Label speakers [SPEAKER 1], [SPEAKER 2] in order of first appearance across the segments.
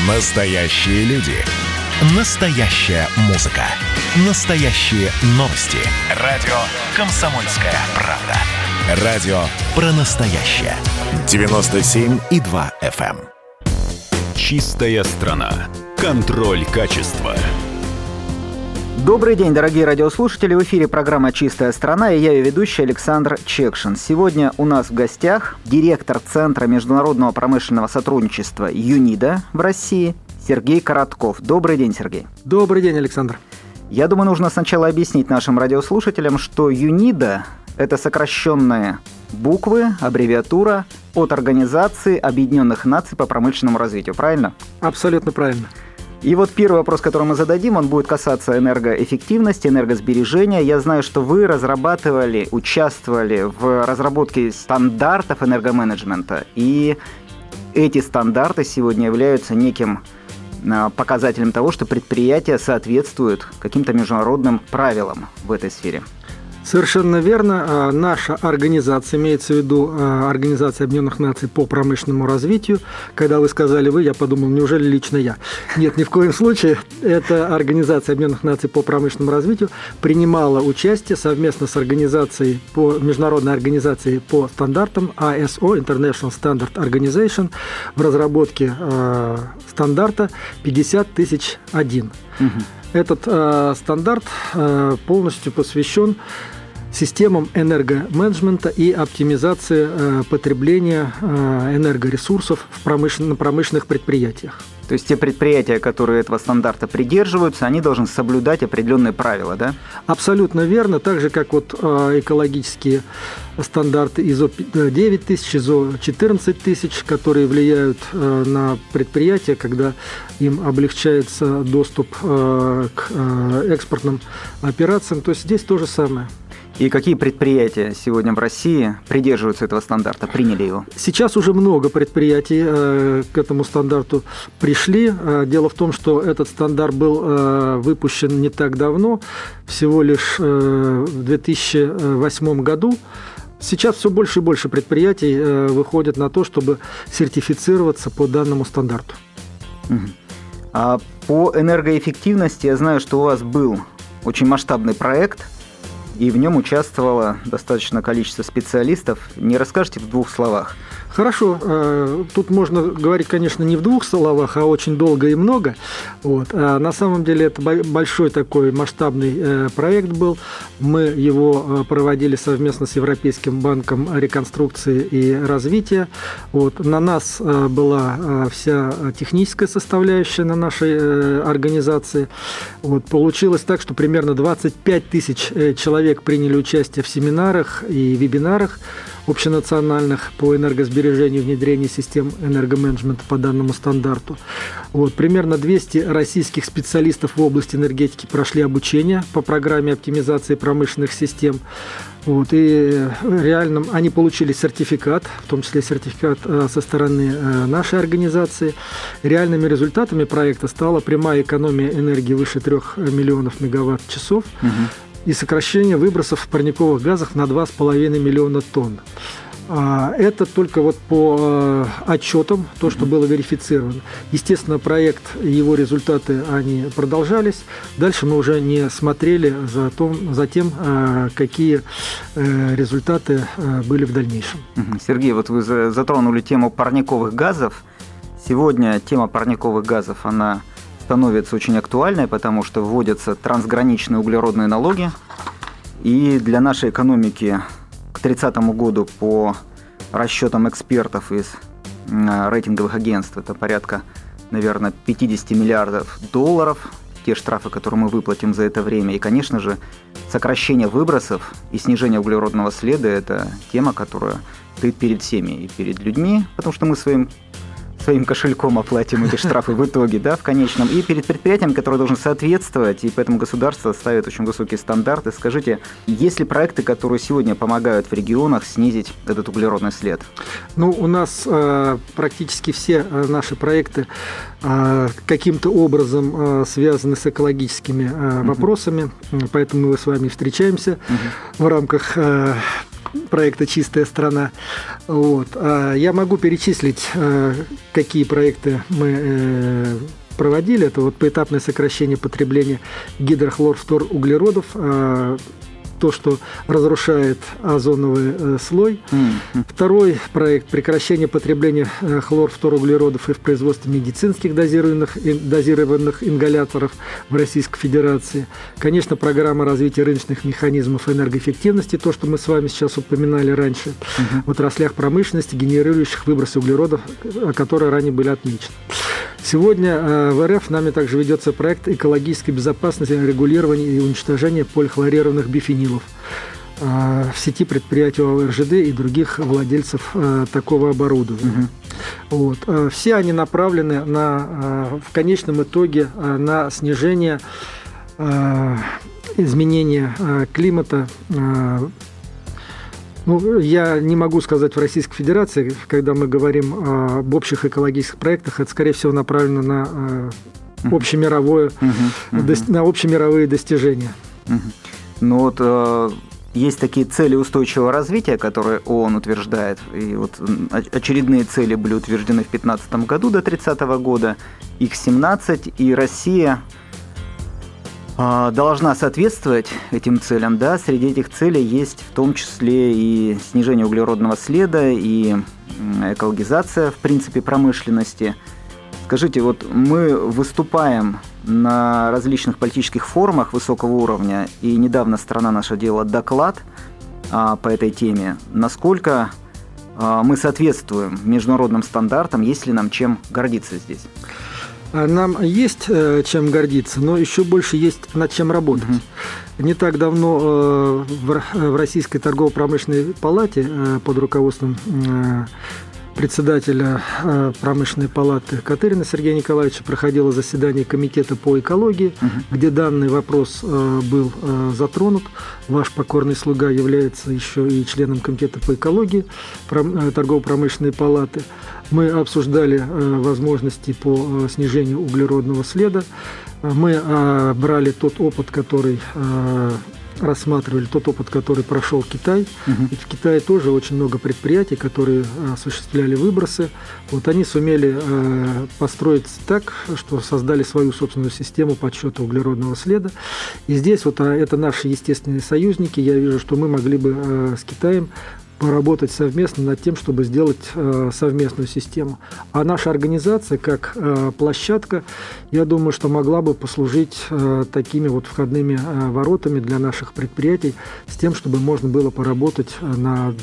[SPEAKER 1] Настоящие люди. Настоящая музыка. Настоящие новости. Радио «Комсомольская правда». Радио про настоящее. 97,2 FM.
[SPEAKER 2] Чистая страна. Контроль качества.
[SPEAKER 3] Добрый день, дорогие радиослушатели. В эфире программа «Чистая страна» и я ее ведущий Александр Чекшин. Сегодня у нас в гостях директор Центра международного промышленного сотрудничества ЮНИДА в России Сергей Коротков. Добрый день, Сергей.
[SPEAKER 4] Добрый день, Александр.
[SPEAKER 3] Я думаю, нужно сначала объяснить нашим радиослушателям, что ЮНИДА – это сокращенные буквы, аббревиатура от Организации Объединенных Наций по промышленному развитию. Правильно?
[SPEAKER 4] Абсолютно правильно.
[SPEAKER 3] И вот первый вопрос, который мы зададим, он будет касаться энергоэффективности, энергосбережения. Я знаю, что вы разрабатывали, участвовали в разработке стандартов энергоменеджмента, и эти стандарты сегодня являются неким показателем того, что предприятия соответствуют каким-то международным правилам в этой сфере.
[SPEAKER 4] Совершенно верно. Наша организация, имеется в виду Организация Объединенных Наций по промышленному развитию. Когда вы сказали «вы», я подумал, неужели лично я? Нет, ни в коем случае. Эта Организация Объединенных Наций по промышленному развитию принимала участие совместно с международной организацией по стандартам ISO, International Standard Organization, в разработке стандарта 50001. Этот стандарт полностью посвящен системам энергоменеджмента и оптимизации потребления энергоресурсов на промышленных предприятиях.
[SPEAKER 3] То есть те предприятия, которые этого стандарта придерживаются, они должны соблюдать определенные правила, да?
[SPEAKER 4] Абсолютно верно. Так же, как экологические стандарты ISO 9000, ISO 14000, которые влияют на предприятия, когда им облегчается доступ к экспортным операциям. То есть здесь то же самое.
[SPEAKER 3] И какие предприятия сегодня в России придерживаются этого стандарта, приняли его?
[SPEAKER 4] Сейчас уже много предприятий к этому стандарту пришли. Дело в том, что этот стандарт был выпущен не так давно, всего лишь в 2008 году. Сейчас все больше и больше предприятий выходят на то, чтобы сертифицироваться по данному стандарту.
[SPEAKER 3] А по энергоэффективности я знаю, что у вас был очень масштабный проект, и в нем участвовало достаточное количество специалистов. Не расскажете в двух словах?
[SPEAKER 4] Хорошо. Тут можно говорить, конечно, не в двух словах, а очень долго и много. На самом деле это большой такой масштабный проект был. Мы его проводили совместно с Европейским банком реконструкции и развития. На нас была вся техническая составляющая на нашей организации. Получилось так, что примерно 25 тысяч человек приняли участие в семинарах и вебинарах общенациональных по энергосбережению и внедрению систем энергоменеджмента по данному стандарту. Примерно 200 российских специалистов в области энергетики прошли обучение по программе оптимизации промышленных систем. И реально они получили сертификат, в том числе сертификат со стороны нашей организации. Реальными результатами проекта стала прямая экономия энергии выше 3 миллионов мегаватт-часов. И сокращение выбросов парниковых газов на 2,5 миллиона тонн. Это только по отчетам, то, что было верифицировано. Естественно, проект, его результаты, они продолжались. Дальше мы уже не смотрели за тем, какие результаты были в дальнейшем.
[SPEAKER 3] Сергей, вы затронули тему парниковых газов. Сегодня тема парниковых газов, она становится очень актуальной, потому что вводятся трансграничные углеродные налоги. И для нашей экономики к 30 году по расчетам экспертов из рейтинговых агентств это порядка, наверное, 50 миллиардов долларов, те штрафы, которые мы выплатим за это время. И, конечно же, сокращение выбросов и снижение углеродного следа – это тема, которая стоит перед всеми и перед людьми, потому что мы своим кошельком оплатим эти штрафы в итоге, в конечном, и перед предприятием, которое должно соответствовать, и поэтому государство ставит очень высокие стандарты. Скажите, есть ли проекты, которые сегодня помогают в регионах снизить этот углеродный след?
[SPEAKER 4] У нас практически все наши проекты каким-то образом связаны с экологическими вопросами, поэтому мы с вами встречаемся в рамках проекта «Чистая страна». Вот. Я могу перечислить, какие проекты мы проводили. Это вот поэтапное сокращение потребления гидрохлорфторуглеродов, то, что разрушает озоновый слой. Второй проект – прекращение потребления хлорфторуглеродов и в производстве медицинских дозированных ингаляторов в Российской Федерации. Конечно, программа развития рыночных механизмов энергоэффективности, то, что мы с вами сейчас упоминали раньше, в отраслях промышленности, генерирующих выбросы углеродов, которые ранее были отмечены. Сегодня в РФ нами также ведется проект экологической безопасности, регулирования и уничтожения полихлорированных бифенилов в сети предприятий РЖД и других владельцев такого оборудования. Вот. Все они направлены в конечном итоге на снижение изменения климата. Я не могу сказать в Российской Федерации, когда мы говорим об общих экологических проектах, это, скорее всего, направлено на общемировые достижения.
[SPEAKER 3] Ну вот есть такие цели устойчивого развития, которые ООН утверждает, и вот очередные цели были утверждены в 2015 году до 2030 года, их 17, и Россия должна соответствовать этим целям. Да? Среди этих целей есть в том числе и снижение углеродного следа, и экологизация, в принципе, промышленности. Скажите, вот мы выступаем на различных политических форумах высокого уровня, и недавно страна наша делала доклад по этой теме. Насколько мы соответствуем международным стандартам, есть ли нам чем гордиться здесь?
[SPEAKER 4] Нам есть чем гордиться, но еще больше есть над чем работать. Не так давно в Российской торгово-промышленной палате под руководством председателя промышленной палаты Катырина Сергея Николаевича проходило заседание комитета по экологии, где данный вопрос был затронут. Ваш покорный слуга является еще и членом комитета по экологии торгово-промышленной палаты. Мы обсуждали возможности по снижению углеродного следа. Мы брали тот опыт, который рассматривали, тот опыт, который прошел Китай. Ведь в Китае тоже очень много предприятий, которые осуществляли выбросы. Вот они сумели построить так, что создали свою собственную систему подсчета углеродного следа. И здесь вот это наши естественные союзники. Я вижу, что мы могли бы с Китаем поработать совместно над тем, чтобы сделать совместную систему. А наша организация, как площадка, я думаю, что могла бы послужить такими вот входными воротами для наших предприятий с тем, чтобы можно было поработать над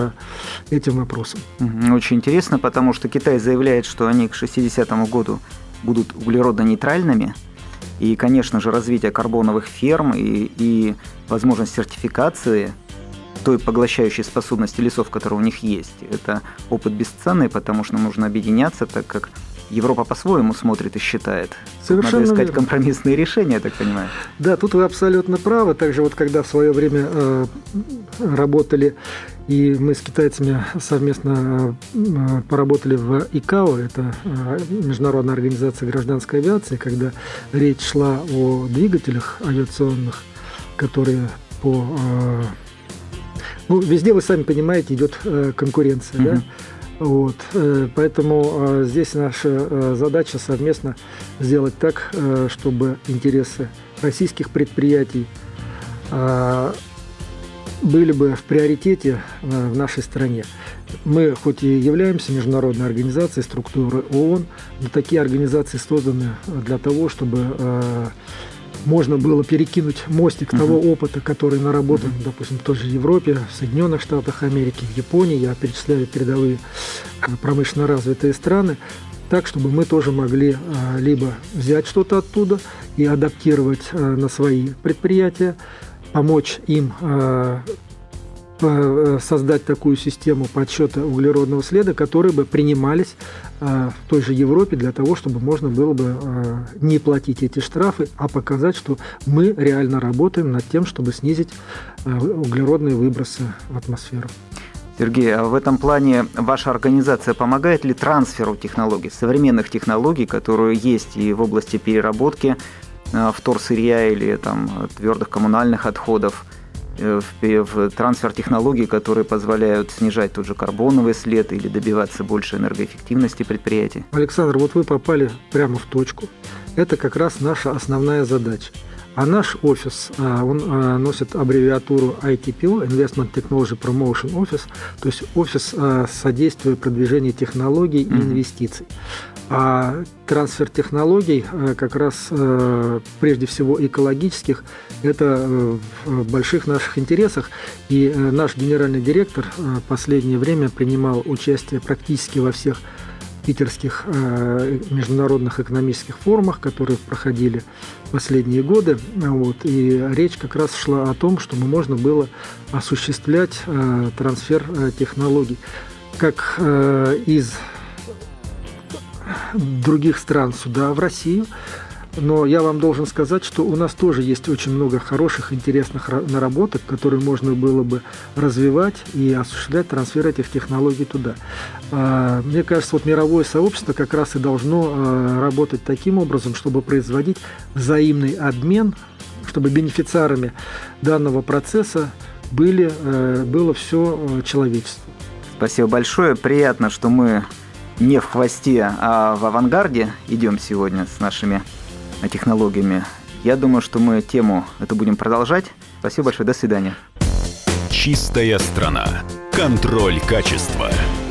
[SPEAKER 4] этим вопросом.
[SPEAKER 3] Очень интересно, потому что Китай заявляет, что они к 60-му году будут углеродно-нейтральными. И, конечно же, развитие карбоновых ферм и возможность сертификации той поглощающей способности лесов, которая у них есть. Это опыт бесценный, потому что нужно объединяться, так как Европа по-своему смотрит и считает.
[SPEAKER 4] Совершенно
[SPEAKER 3] надо искать
[SPEAKER 4] верно.
[SPEAKER 3] Компромиссные решения, я так понимаю.
[SPEAKER 4] Да, тут вы абсолютно правы. Также вот когда в свое время работали, и мы с китайцами совместно поработали в ИКАО, это Международная организация гражданской авиации, когда речь шла о двигателях авиационных, которые везде, вы сами понимаете, идет конкуренция, да? Вот. Поэтому здесь наша задача совместно сделать так, чтобы интересы российских предприятий были бы в приоритете в нашей стране. Мы хоть и являемся международной организацией, структурой ООН, но такие организации созданы для того, чтобы можно было перекинуть мостик того опыта, который наработан, допустим, в той же Европе, в Соединенных Штатах Америки, в Японии, я перечисляю передовые промышленно развитые страны, так, чтобы мы тоже могли либо взять что-то оттуда и адаптировать на свои предприятия, помочь им создать такую систему подсчета углеродного следа, которые бы принимались в той же Европе для того, чтобы можно было бы не платить эти штрафы, а показать, что мы реально работаем над тем, чтобы снизить углеродные выбросы в атмосферу.
[SPEAKER 3] Сергей, а в этом плане ваша организация помогает ли трансферу технологий, современных технологий, которые есть и в области переработки вторсырья или твердых коммунальных отходов? в трансфер технологий, которые позволяют снижать тот же карбоновый след или добиваться большей энергоэффективности предприятий.
[SPEAKER 4] Александр, вот вы попали прямо в точку. Это как раз наша основная задача. А наш офис, он носит аббревиатуру ITPO, Investment Technology Promotion Office, то есть офис содействия продвижению технологий и инвестиций. А трансфер технологий, как раз прежде всего экологических, это в больших наших интересах. И наш генеральный директор в последнее время принимал участие практически во всех питерских международных экономических форумах, которые проходили в последние годы. И речь как раз шла о том, чтобы можно было осуществлять трансфер технологий как из других стран сюда, в Россию. Но я вам должен сказать, что у нас тоже есть очень много хороших, интересных наработок, которые можно было бы развивать и осуществлять трансфер этих технологий туда. Мне кажется, вот мировое сообщество как раз и должно работать таким образом, чтобы производить взаимный обмен, чтобы бенефициарами данного процесса было все человечество.
[SPEAKER 3] Спасибо большое. Приятно, что мы не в хвосте, а в авангарде идем сегодня с нашими технологиями. Я думаю, что мы тему эту будем продолжать. Спасибо большое. До свидания.
[SPEAKER 2] Чистая страна. Контроль качества.